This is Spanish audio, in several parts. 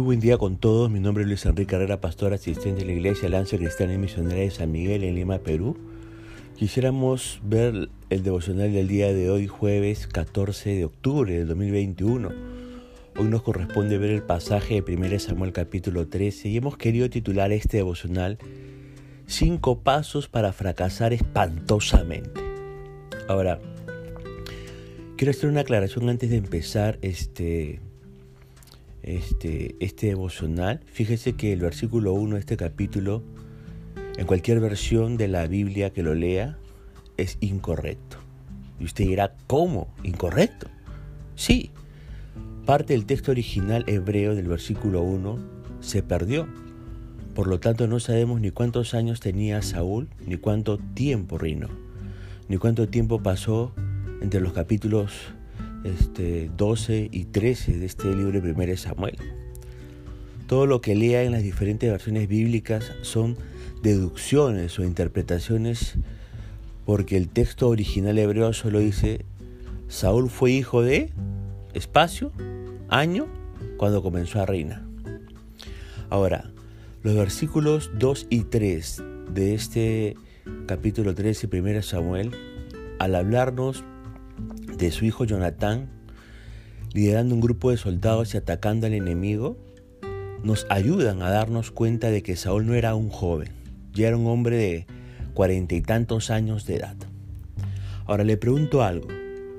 buen día con todos. Mi nombre es Luis Enrique Herrera, pastor asistente de la Iglesia Alianza Cristiana y Misionera de San Miguel en Lima, Perú. Quisiéramos ver el devocional del día de hoy, jueves 14 de octubre del 2021. Hoy nos corresponde ver el pasaje de 1 Samuel capítulo 13 y hemos querido titular este devocional 5 pasos para fracasar espantosamente. Ahora, quiero hacer una aclaración antes de empezar este devocional. Fíjese que el versículo 1 de este capítulo, en cualquier versión de la Biblia que lo lea, es incorrecto. Y usted dirá, ¿cómo? ¿Incorrecto? Sí, parte del texto original hebreo del versículo 1 se perdió. Por lo tanto, no sabemos ni cuántos años tenía Saúl, ni cuánto tiempo reinó, ni cuánto tiempo pasó entre los capítulos 12 y 13 de este libro de 1 Samuel. Todo lo que lea en las diferentes versiones bíblicas son deducciones o interpretaciones, porque el texto original hebreo solo dice: Saúl fue hijo de, año, cuando comenzó a reinar. Ahora, los versículos 2 y 3 de este capítulo 13 de 1 Samuel, al hablarnos de su hijo Jonatán liderando un grupo de soldados y atacando al enemigo, nos ayudan a darnos cuenta de que Saúl no era un joven, ya era un hombre de 40 y tantos años de edad. Ahora le pregunto algo: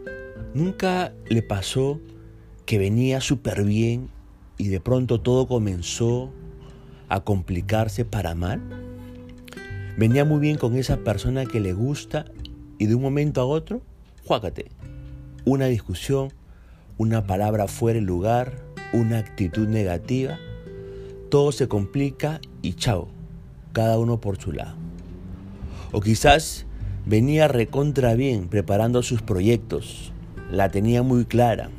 ¿nunca le pasó que venía súper bien y de pronto todo comenzó a complicarse para mal? Venía muy bien con esa persona que le gusta y de un momento a otro, ¡juácate! Una discusión, una palabra fuera de lugar, una actitud negativa, todo se complica y chao, cada uno por su lado. O quizás venía recontra bien preparando sus proyectos, la tenía muy clara,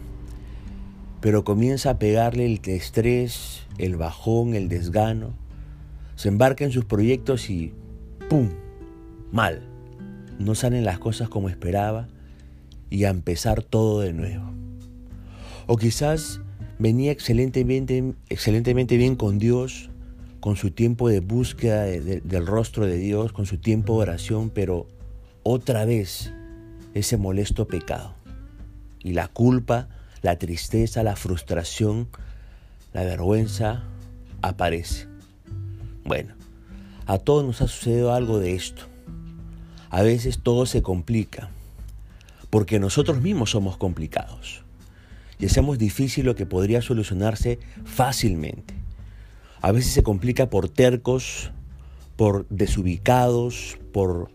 pero comienza a pegarle el estrés, el bajón, el desgano, se embarca en sus proyectos y ¡pum!, mal. No salen las cosas como esperaba y a empezar todo de nuevo. O quizás venía excelentemente bien con Dios, con su tiempo de búsqueda del rostro de Dios, con su tiempo de oración, pero otra vez ese molesto pecado. Y la culpa, la tristeza, la frustración, la vergüenza aparece. Bueno, a todos nos ha sucedido algo de esto. A veces todo se complica, porque nosotros mismos somos complicados y hacemos difícil lo que podría solucionarse fácilmente. A veces se complica por tercos, por desubicados, por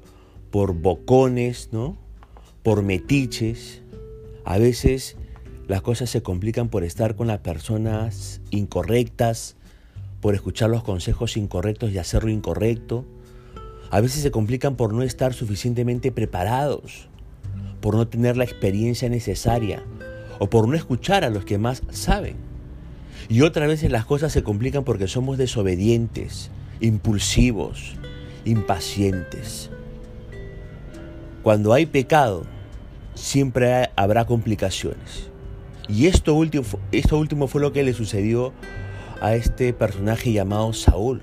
bocones, ¿no?, por metiches. A veces las cosas se complican por estar con las personas incorrectas, por escuchar los consejos incorrectos y hacer lo incorrecto. A veces se complican por no estar suficientemente preparados, por no tener la experiencia necesaria o por no escuchar a los que más saben. Y otras veces las cosas se complican porque somos desobedientes, impulsivos, impacientes. Cuando hay pecado, siempre habrá complicaciones. Y esto último fue lo que le sucedió a este personaje llamado Saúl.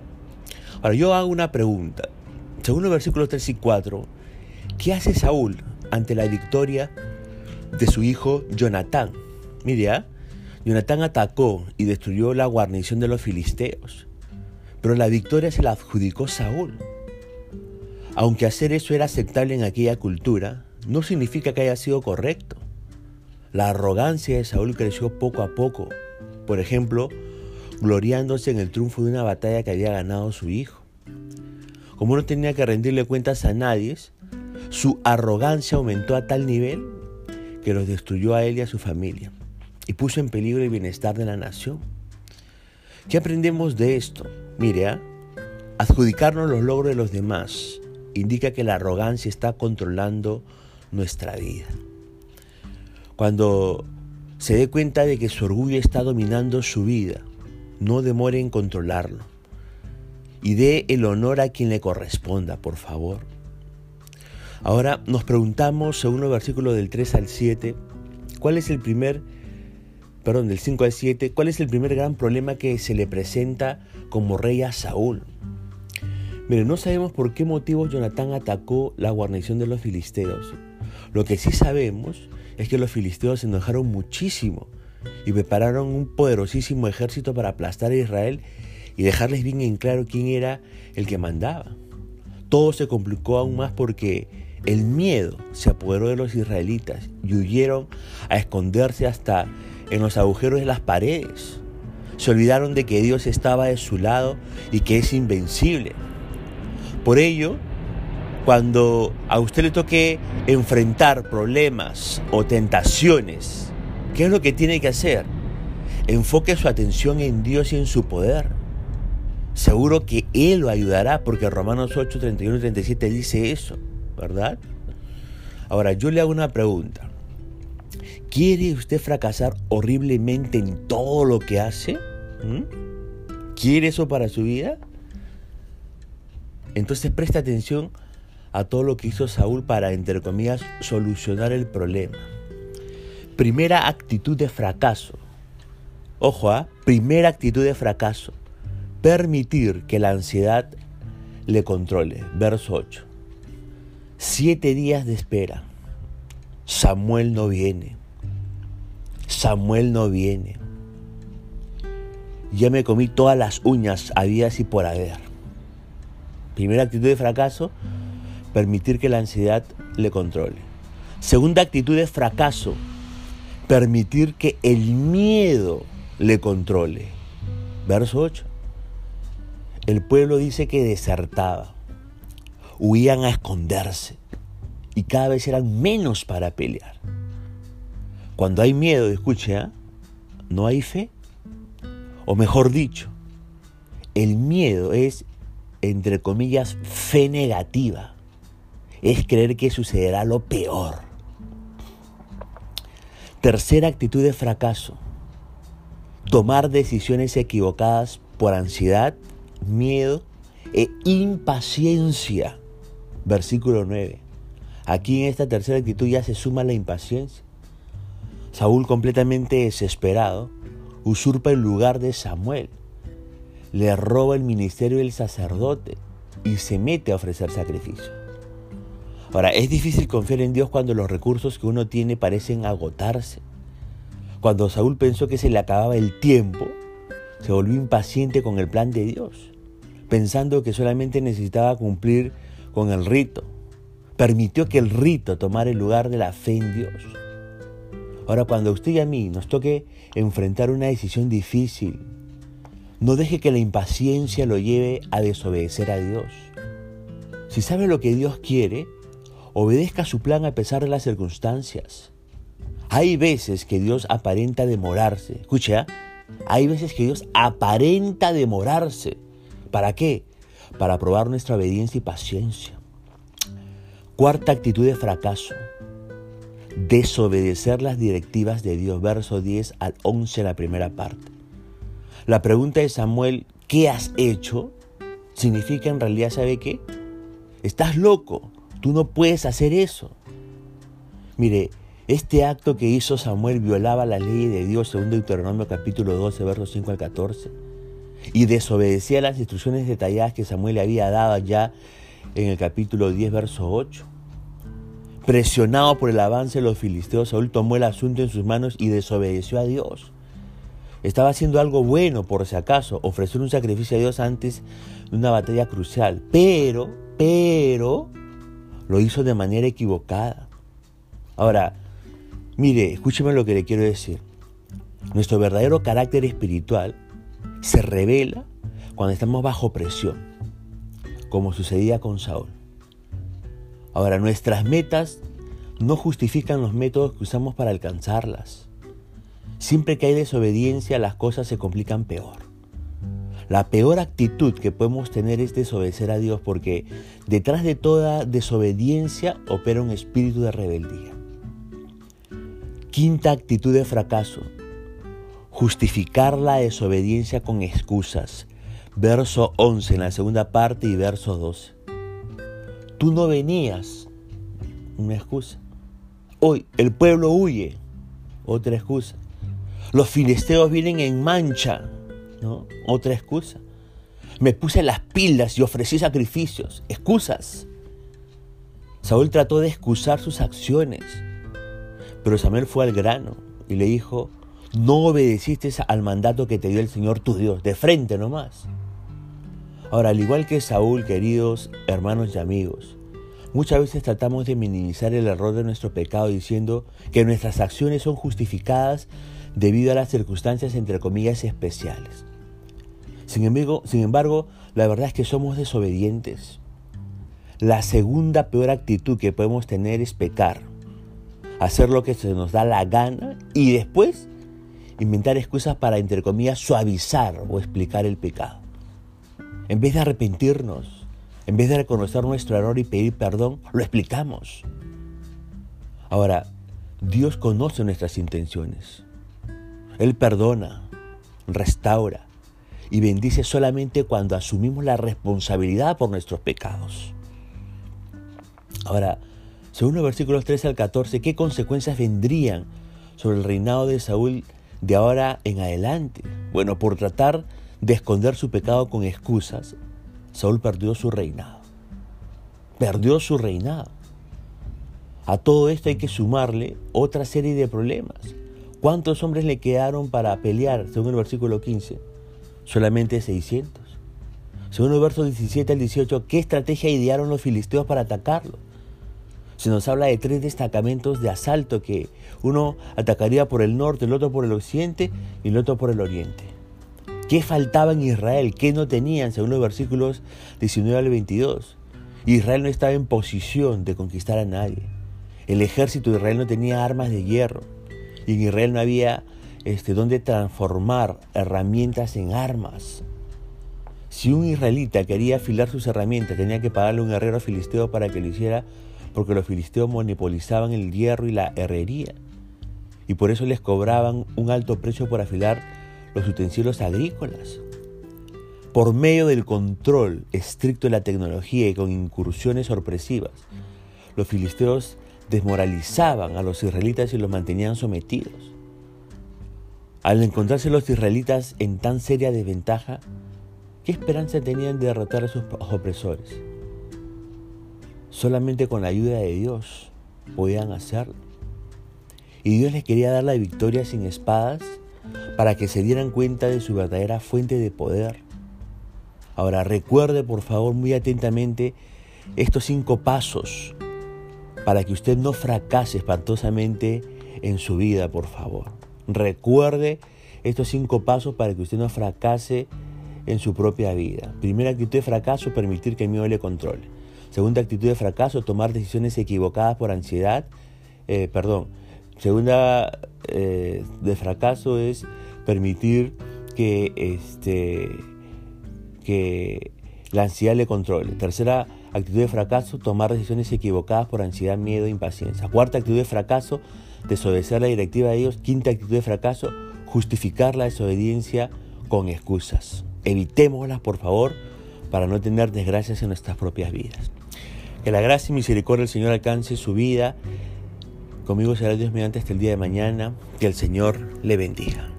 Ahora yo hago una pregunta. Según los versículos 3 y 4, ¿qué hace Saúl ante la victoria de su hijo Jonatán? Mire, Jonatán atacó y destruyó la guarnición de los filisteos, pero la victoria se la adjudicó Saúl. Aunque hacer eso era aceptable en aquella cultura, no significa que haya sido correcto. La arrogancia de Saúl creció poco a poco, por ejemplo, gloriándose en el triunfo de una batalla que había ganado su hijo. Como no tenía que rendirle cuentas a nadie, su arrogancia aumentó a tal nivel que los destruyó a él y a su familia y puso en peligro el bienestar de la nación. ¿Qué aprendemos de esto? Mire, adjudicarnos los logros de los demás indica que la arrogancia está controlando nuestra vida. Cuando se dé cuenta de que su orgullo está dominando su vida, no demore en controlarlo y dé el honor a quien le corresponda, por favor. Ahora nos preguntamos, según los versículos del 3 al 7, ¿cuál es el primer del 5 al 7, ¿cuál es el primer gran problema que se le presenta como rey a Saúl? Miren, no sabemos por qué motivo Jonatán atacó la guarnición de los filisteos. Lo que sí sabemos es que los filisteos se enojaron muchísimo y prepararon un poderosísimo ejército para aplastar a Israel y dejarles bien en claro quién era el que mandaba. Todo se complicó aún más porque el miedo se apoderó de los israelitas y huyeron a esconderse hasta en los agujeros de las paredes. Se olvidaron de que Dios estaba de su lado y que es invencible. Por ello, cuando a usted le toque enfrentar problemas o tentaciones, ¿qué es lo que tiene que hacer? Enfoque su atención en Dios y en su poder. Seguro que Él lo ayudará, porque Romanos 8, 31 y 37 dice eso, ¿verdad? Ahora, yo le hago una pregunta. ¿Quiere usted fracasar horriblemente en todo lo que hace? ¿Quiere eso para su vida? Entonces presta atención a todo lo que hizo Saúl para, entre comillas, solucionar el problema. Primera actitud de fracaso. Ojo, primera actitud de fracaso. Permitir que la ansiedad le controle. Verso 8. 7 días de espera. Samuel no viene. Samuel no viene. Ya me comí todas las uñas habidas y por haber. Primera actitud de fracaso, permitir que la ansiedad le controle. Segunda actitud de fracaso, permitir que el miedo le controle. Verso 8. El pueblo dice que desertaba, huían a esconderse y cada vez eran menos para pelear. Cuando hay miedo, escuche, no hay fe. O mejor dicho, el miedo es, entre comillas, fe negativa. Es creer que sucederá lo peor. Tercera actitud de fracaso. Tomar decisiones equivocadas por ansiedad, miedo e impaciencia. Versículo 9. Aquí en esta tercera actitud ya se suma la impaciencia. Saúl, completamente desesperado, usurpa el lugar de Samuel. Le roba el ministerio del sacerdote y se mete a ofrecer sacrificio. Ahora, es difícil confiar en Dios cuando los recursos que uno tiene parecen agotarse. Cuando Saúl pensó que se le acababa el tiempo, se volvió impaciente con el plan de Dios, pensando que solamente necesitaba cumplir con el rito. Permitió que el rito tomara el lugar de la fe en Dios. Ahora, cuando a usted y a mí nos toque enfrentar una decisión difícil, no deje que la impaciencia lo lleve a desobedecer a Dios. Si sabe lo que Dios quiere, obedezca su plan a pesar de las circunstancias. Hay veces que Dios aparenta demorarse. Escucha, hay veces que Dios aparenta demorarse. ¿Para qué? Para probar nuestra obediencia y paciencia. Cuarta actitud de fracaso. Desobedecer las directivas de Dios. Verso 10 al 11, la primera parte. La pregunta de Samuel, ¿qué has hecho? Significa en realidad, ¿sabe qué? Estás loco. Tú no puedes hacer eso. Mire, este acto que hizo Samuel violaba la ley de Dios según Deuteronomio capítulo 12, versos 5 al 14. Y desobedecía las instrucciones detalladas que Samuel le había dado ya en el capítulo 10, verso 8. Presionado por el avance de los filisteos, Saúl tomó el asunto en sus manos y desobedeció a Dios. Estaba haciendo algo bueno, por si acaso, ofrecer un sacrificio a Dios antes de una batalla crucial. Pero, lo hizo de manera equivocada. Ahora, mire, escúcheme lo que le quiero decir. Nuestro verdadero carácter espiritual se revela cuando estamos bajo presión, como sucedía con Saúl. Ahora, nuestras metas no justifican los métodos que usamos para alcanzarlas. Siempre que hay desobediencia, las cosas se complican peor. La peor actitud que podemos tener es desobedecer a Dios, porque detrás de toda desobediencia opera un espíritu de rebeldía. Quinta actitud de fracaso. Justificar la desobediencia con excusas. Verso 11 en la segunda parte y verso 12. Tú no venías. Una excusa. Hoy el pueblo huye. Otra excusa. Los filisteos vienen en mancha, ¿no? Otra excusa. Me puse las pilas y ofrecí sacrificios. Excusas. Saúl trató de excusar sus acciones, pero Samuel fue al grano y le dijo: no obedeciste al mandato que te dio el Señor tu Dios, de frente nomás. Ahora, al igual que Saúl, queridos hermanos y amigos, muchas veces tratamos de minimizar el error de nuestro pecado diciendo que nuestras acciones son justificadas debido a las circunstancias, entre comillas, especiales. Sin embargo, la verdad es que somos desobedientes. La segunda peor actitud que podemos tener es pecar, hacer lo que se nos da la gana y después inventar excusas para, entre comillas, suavizar o explicar el pecado. En vez de arrepentirnos, en vez de reconocer nuestro error y pedir perdón, lo explicamos. Ahora, Dios conoce nuestras intenciones. Él perdona, restaura y bendice solamente cuando asumimos la responsabilidad por nuestros pecados. Ahora, según los versículos 13 al 14, ¿qué consecuencias vendrían sobre el reinado de Saúl de ahora en adelante? Bueno, por tratar de esconder su pecado con excusas, Saúl perdió su reinado. Perdió su reinado. A todo esto hay que sumarle otra serie de problemas. ¿Cuántos hombres le quedaron para pelear, según el versículo 15? Solamente 600. Según los versos 17 al 18, ¿qué estrategia idearon los filisteos para atacarlo? Se nos habla de 3 destacamentos de asalto, que uno atacaría por el norte, el otro por el occidente y el otro por el oriente. ¿Qué faltaba en Israel? ¿Qué no tenían? Según los versículos 19 al 22. Israel no estaba en posición de conquistar a nadie. El ejército de Israel no tenía armas de hierro. Y en Israel no había donde transformar herramientas en armas. Si un israelita quería afilar sus herramientas, tenía que pagarle a un herrero filisteo para que lo hiciera, porque los filisteos monopolizaban el hierro y la herrería. Y por eso les cobraban un alto precio por afilar los utensilios agrícolas. Por medio del control estricto de la tecnología y con incursiones sorpresivas, los filisteos desmoralizaban a los israelitas y los mantenían sometidos. Al encontrarse los israelitas en tan seria desventaja, ¿qué esperanza tenían de derrotar a sus opresores? Solamente con la ayuda de Dios podían hacerlo. Y Dios les quería dar la victoria sin espadas para que se dieran cuenta de su verdadera fuente de poder. Ahora, recuerde por favor muy atentamente estos 5 pasos para que usted no fracase espantosamente en su vida, por favor. Recuerde estos 5 pasos para que usted no fracase en su propia vida. Primera actitud de fracaso: permitir que el miedo le controle. Segunda actitud de fracaso: tomar decisiones equivocadas por ansiedad. Segunda de fracaso es permitir que la ansiedad le controle. Tercera actitud de fracaso: tomar decisiones equivocadas por ansiedad, miedo e impaciencia. Cuarta actitud de fracaso: desobedecer la directiva de Dios. Quinta actitud de fracaso: justificar la desobediencia con excusas. Evitémoslas, por favor, para no tener desgracias en nuestras propias vidas. Que la gracia y misericordia del Señor alcance su vida. Conmigo será Dios mediante hasta el día de mañana. Que el Señor le bendiga.